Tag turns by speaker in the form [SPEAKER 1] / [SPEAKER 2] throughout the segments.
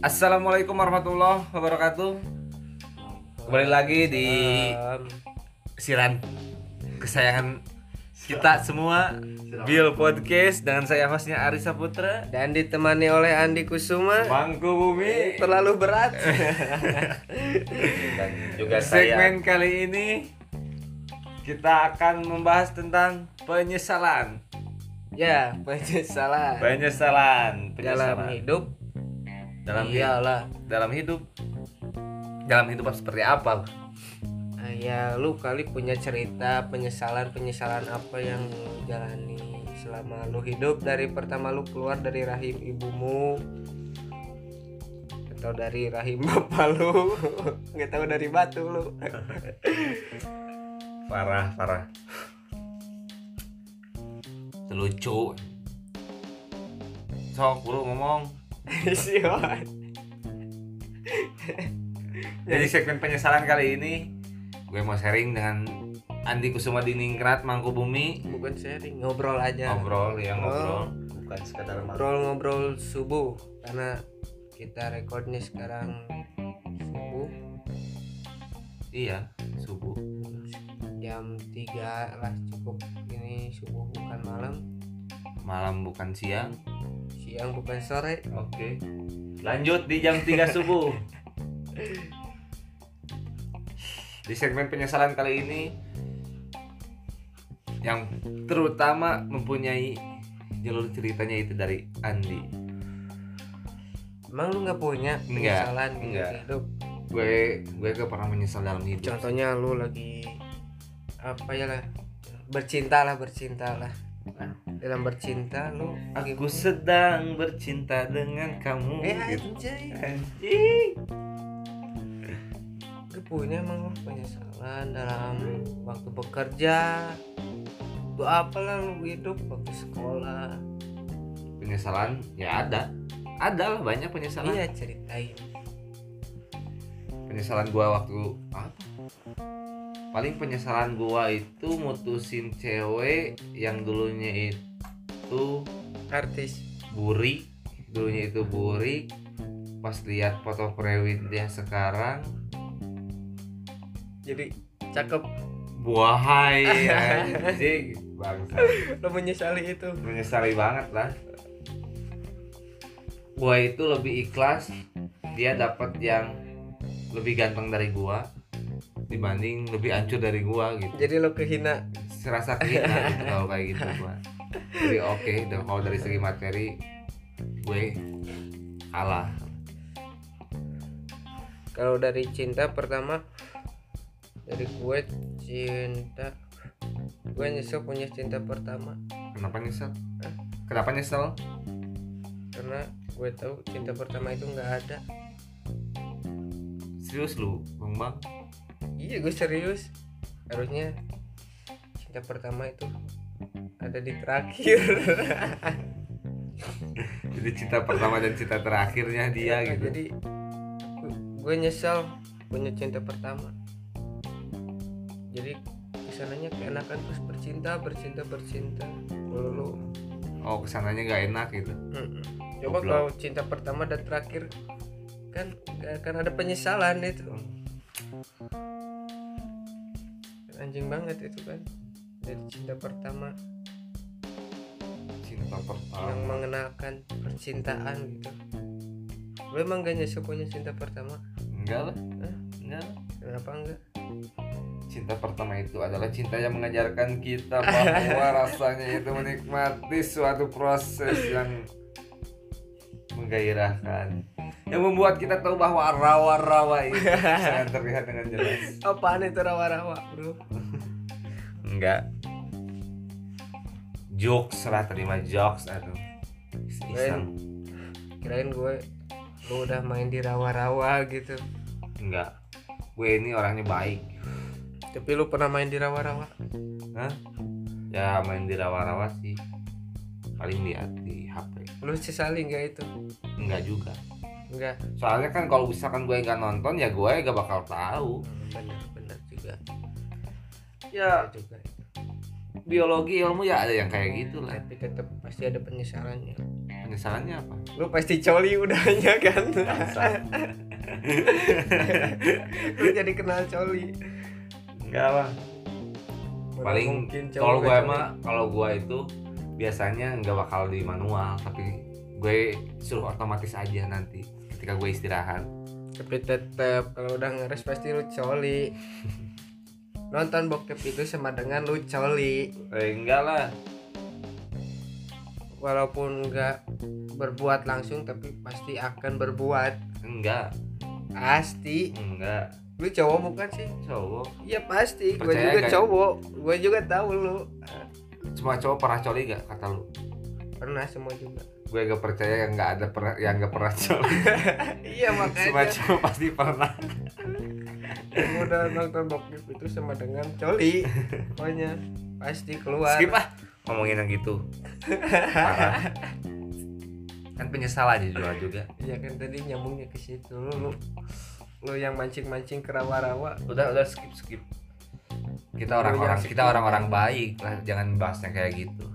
[SPEAKER 1] Assalamualaikum warahmatullahi wabarakatuh. Kembali lagi di siaran kesayangan kita semua, Bill Podcast, dengan saya hostnya Ari Saputra
[SPEAKER 2] dan ditemani oleh Andi Kusuma.
[SPEAKER 1] Mangku Bumi.
[SPEAKER 2] Terlalu berat.
[SPEAKER 1] Dan juga segmen kali ini kita akan membahas tentang penyesalan.
[SPEAKER 2] Ya, penyesalan dalam hidup.
[SPEAKER 1] Dalam hidup seperti apa?
[SPEAKER 2] Ya, lu kali punya cerita penyesalan apa yang lu jalani selama lu hidup, dari pertama lu keluar dari rahim ibumu atau dari rahim bapak lu. Nggak tahu, dari batu lu.
[SPEAKER 1] Parah. Lucu. Sok buru ngomong. Jadi segmen penyesalan kali ini gue mau sharing dengan Andi Kusuma Diningrat Mangku Bumi.
[SPEAKER 2] Bukan sharing, ngobrol aja.
[SPEAKER 1] Ngobrol.
[SPEAKER 2] Bukan sekadar ngobrol subuh, karena kita recordnya sekarang subuh.
[SPEAKER 1] Iya, subuh.
[SPEAKER 2] Jam 3 lah cukup. Ini subuh bukan malam.
[SPEAKER 1] Malam bukan siang.
[SPEAKER 2] Siang bukan sore.
[SPEAKER 1] Oke. Lanjut di jam 3 subuh. Di segmen penyesalan kali ini yang terutama mempunyai jalur ceritanya itu dari Andi.
[SPEAKER 2] Emang lu nggak punya penyesalan di hidup?
[SPEAKER 1] Gue gak pernah menyesal dalam hidup.
[SPEAKER 2] Contohnya lu lagi bercinta lah. Dalam bercinta lu
[SPEAKER 1] aku sedang bercinta dengan kamu.
[SPEAKER 2] Anjing. Gue punya emang penyesalan dalam waktu bekerja. Itu apalah lu hidup waktu sekolah.
[SPEAKER 1] Penyesalan ya ada lah, banyak penyesalan.
[SPEAKER 2] Iya, ceritain.
[SPEAKER 1] Penyesalan gua waktu apa? Paling penyesalan gua itu mutusin cewek yang dulunya itu
[SPEAKER 2] artis
[SPEAKER 1] Buri. Pas lihat foto prewed dia sekarang
[SPEAKER 2] jadi cakep.
[SPEAKER 1] Buahai anjing bangsa.
[SPEAKER 2] Lo menyesali itu?
[SPEAKER 1] Menyesali banget lah. Gua itu lebih ikhlas dia dapat yang lebih ganteng dari gua dibanding lebih hancur dari gua gitu.
[SPEAKER 2] Jadi lo kehina,
[SPEAKER 1] serasa kehina gitu kalau kayak gitu gua. Jadi oke, kalau dari segi materi gue kalah.
[SPEAKER 2] Kalau dari cinta pertama, dari gue nyesel punya cinta pertama.
[SPEAKER 1] Kenapa nyesel?
[SPEAKER 2] Karena gue tahu cinta pertama itu nggak ada.
[SPEAKER 1] Serius lu, Bang?
[SPEAKER 2] Iya, gue serius. Harusnya cinta pertama itu ada di terakhir.
[SPEAKER 1] Jadi cinta pertama dan cinta terakhirnya dia gitu.
[SPEAKER 2] Jadi gue nyesel punya cinta pertama. Jadi kesananya keenakan terus bercinta dulu.
[SPEAKER 1] Oh, kesananya nggak enak gitu.
[SPEAKER 2] Coba kalau cinta pertama dan terakhir kan gak akan ada penyesalan itu. Anjing banget itu kan. Dari cinta pertama yang mengenalkan percintaan gitu. Lu emang gak nyesel punya cinta pertama?
[SPEAKER 1] Enggak lah.
[SPEAKER 2] Kenapa enggak?
[SPEAKER 1] Cinta pertama itu adalah cinta yang mengajarkan kita bahwa rasanya itu menikmati suatu proses yang menggairahkan, yang membuat kita tahu bahwa rawa-rawa itu sangat terlihat dengan jelas.
[SPEAKER 2] Apaan itu rawa-rawa, bro?
[SPEAKER 1] Enggak. Jokes lah, terima jokes atau iseng.
[SPEAKER 2] Kirain gue lu udah main di rawa-rawa gitu.
[SPEAKER 1] Enggak. Gue ini orangnya baik.
[SPEAKER 2] Tapi lu pernah main di rawa-rawa?
[SPEAKER 1] Hah? Ya main di rawa-rawa sih. Paling lihat di HP.
[SPEAKER 2] Lu sesali nggak itu?
[SPEAKER 1] Enggak juga.
[SPEAKER 2] Enggak.
[SPEAKER 1] Soalnya kan kalau misalkan gue nggak nonton ya gue nggak bakal tahu.
[SPEAKER 2] Benar juga.
[SPEAKER 1] Ya
[SPEAKER 2] juga.
[SPEAKER 1] Biologi ilmu ya ada yang kayak gitu lah.
[SPEAKER 2] Tapi tetap pasti ada penyesalannya.
[SPEAKER 1] penyesalannya apa?
[SPEAKER 2] Lu pasti coli udahnya kan.
[SPEAKER 1] Bangsat.
[SPEAKER 2] Lu jadi kenal coli.
[SPEAKER 1] Enggak lah.
[SPEAKER 2] Mana
[SPEAKER 1] Paling
[SPEAKER 2] mungkin cowok
[SPEAKER 1] kalau gue
[SPEAKER 2] coli.
[SPEAKER 1] mah kalau gue itu biasanya nggak bakal di manual, tapi gue suruh otomatis aja nanti ketika gue istirahat.
[SPEAKER 2] Tapi tetep kalau udah ngeres pasti lu coli. Nonton bokep itu sama dengan lu coli.
[SPEAKER 1] Enggak lah.
[SPEAKER 2] Walaupun enggak berbuat langsung tapi pasti akan berbuat.
[SPEAKER 1] Enggak.
[SPEAKER 2] Pasti.
[SPEAKER 1] Enggak.
[SPEAKER 2] Lu cowok bukan sih?
[SPEAKER 1] Cowok.
[SPEAKER 2] Iya pasti. Gue
[SPEAKER 1] Percaya
[SPEAKER 2] juga
[SPEAKER 1] gak?
[SPEAKER 2] cowok. Gue juga tahu lu.
[SPEAKER 1] Semua cowok pernah coli gak kata lu?
[SPEAKER 2] Pernah semua juga.
[SPEAKER 1] Gue gak percaya yang gak pernah coli.
[SPEAKER 2] Iya
[SPEAKER 1] Semua
[SPEAKER 2] makanya.
[SPEAKER 1] cowok pasti pernah.
[SPEAKER 2] Yang udah nonton bokep itu sama dengan coli. Pokoknya pasti keluar.
[SPEAKER 1] Skip ah ngomongin yang gitu. Parah. Kan penyesal aja juga.
[SPEAKER 2] Iya kan tadi nyambungnya ke situ. Lu yang mancing-mancing ke rawa-rawa.
[SPEAKER 1] Udah skip. Kita
[SPEAKER 2] Lu
[SPEAKER 1] orang-orang
[SPEAKER 2] yang
[SPEAKER 1] kita orang-orang baik lah, jangan bahasnya kayak gitu.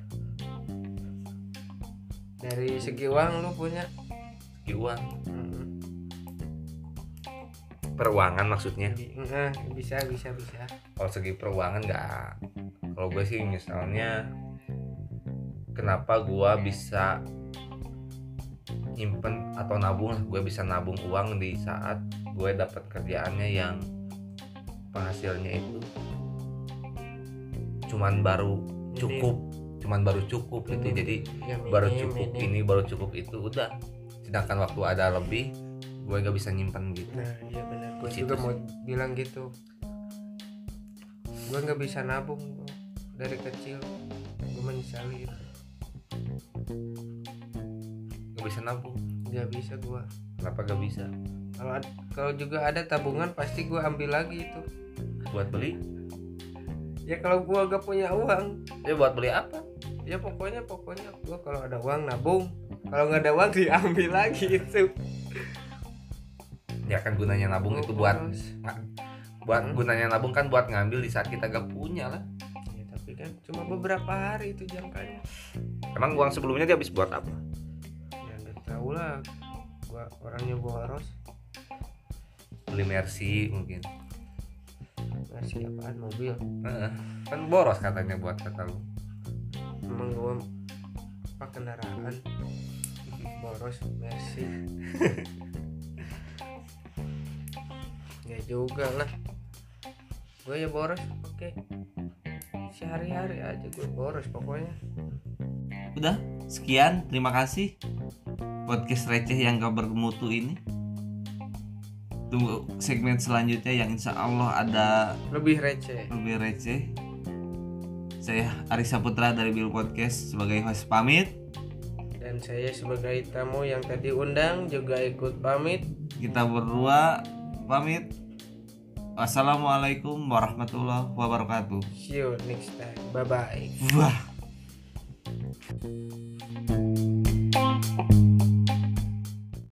[SPEAKER 2] Dari segi uang lu punya
[SPEAKER 1] Uang, peruangan maksudnya.
[SPEAKER 2] bisa.
[SPEAKER 1] Kalau segi peruangan nggak. Kalau gue sih misalnya kenapa gue bisa nyimpen atau nabung lah, gue bisa nabung uang di saat gue dapat kerjaannya yang penghasilnya itu cuman baru cukup gitu. Jadi baru cukup ini baru cukup itu udah, sedangkan waktu ada lebih gue gak bisa nyimpen gitu.
[SPEAKER 2] Nah iya benar, gue
[SPEAKER 1] Di situ
[SPEAKER 2] juga
[SPEAKER 1] sih.
[SPEAKER 2] mau bilang gitu. Gue nggak bisa nabung bro. Dari kecil gue menyesali itu.
[SPEAKER 1] Gak bisa nabung.
[SPEAKER 2] Nggak bisa gue.
[SPEAKER 1] Kenapa gak bisa?
[SPEAKER 2] Kalau juga ada tabungan pasti gue ambil lagi itu.
[SPEAKER 1] Buat beli?
[SPEAKER 2] Ya kalau gue gak punya uang,
[SPEAKER 1] Ya buat beli apa?
[SPEAKER 2] ya pokoknya gue kalau ada uang nabung, kalau nggak ada uang diambil lagi itu.
[SPEAKER 1] Ya kan gunanya nabung itu buat
[SPEAKER 2] Terus.
[SPEAKER 1] gunanya nabung kan buat ngambil di saat kita gak punya lah.
[SPEAKER 2] Ya, tapi kan cuma beberapa hari itu jangkanya.
[SPEAKER 1] Emang uang sebelumnya dia habis buat apa?
[SPEAKER 2] Ya nggak tahu lah, gue orangnya boros.
[SPEAKER 1] Beli Mercy mungkin.
[SPEAKER 2] Ngasih apaan, mobil?
[SPEAKER 1] Kan boros katanya buat kata lu.
[SPEAKER 2] Emang gue apa kendaraan boros Mercy. Ya juga lah, gue ya boros oke. Sehari-hari aja gue boros pokoknya.
[SPEAKER 1] Udah, sekian, terima kasih podcast receh yang gak bermutu ini. Tunggu segmen selanjutnya yang insya Allah ada
[SPEAKER 2] Lebih receh.
[SPEAKER 1] lebih receh. Saya Arisa Putra dari Bill Podcast sebagai host pamit.
[SPEAKER 2] Dan saya sebagai tamu yang tadi undang juga ikut pamit.
[SPEAKER 1] Kita berdua pamit. Wassalamualaikum warahmatullahi wabarakatuh.
[SPEAKER 2] See you next time. Bye bye.
[SPEAKER 1] Wah.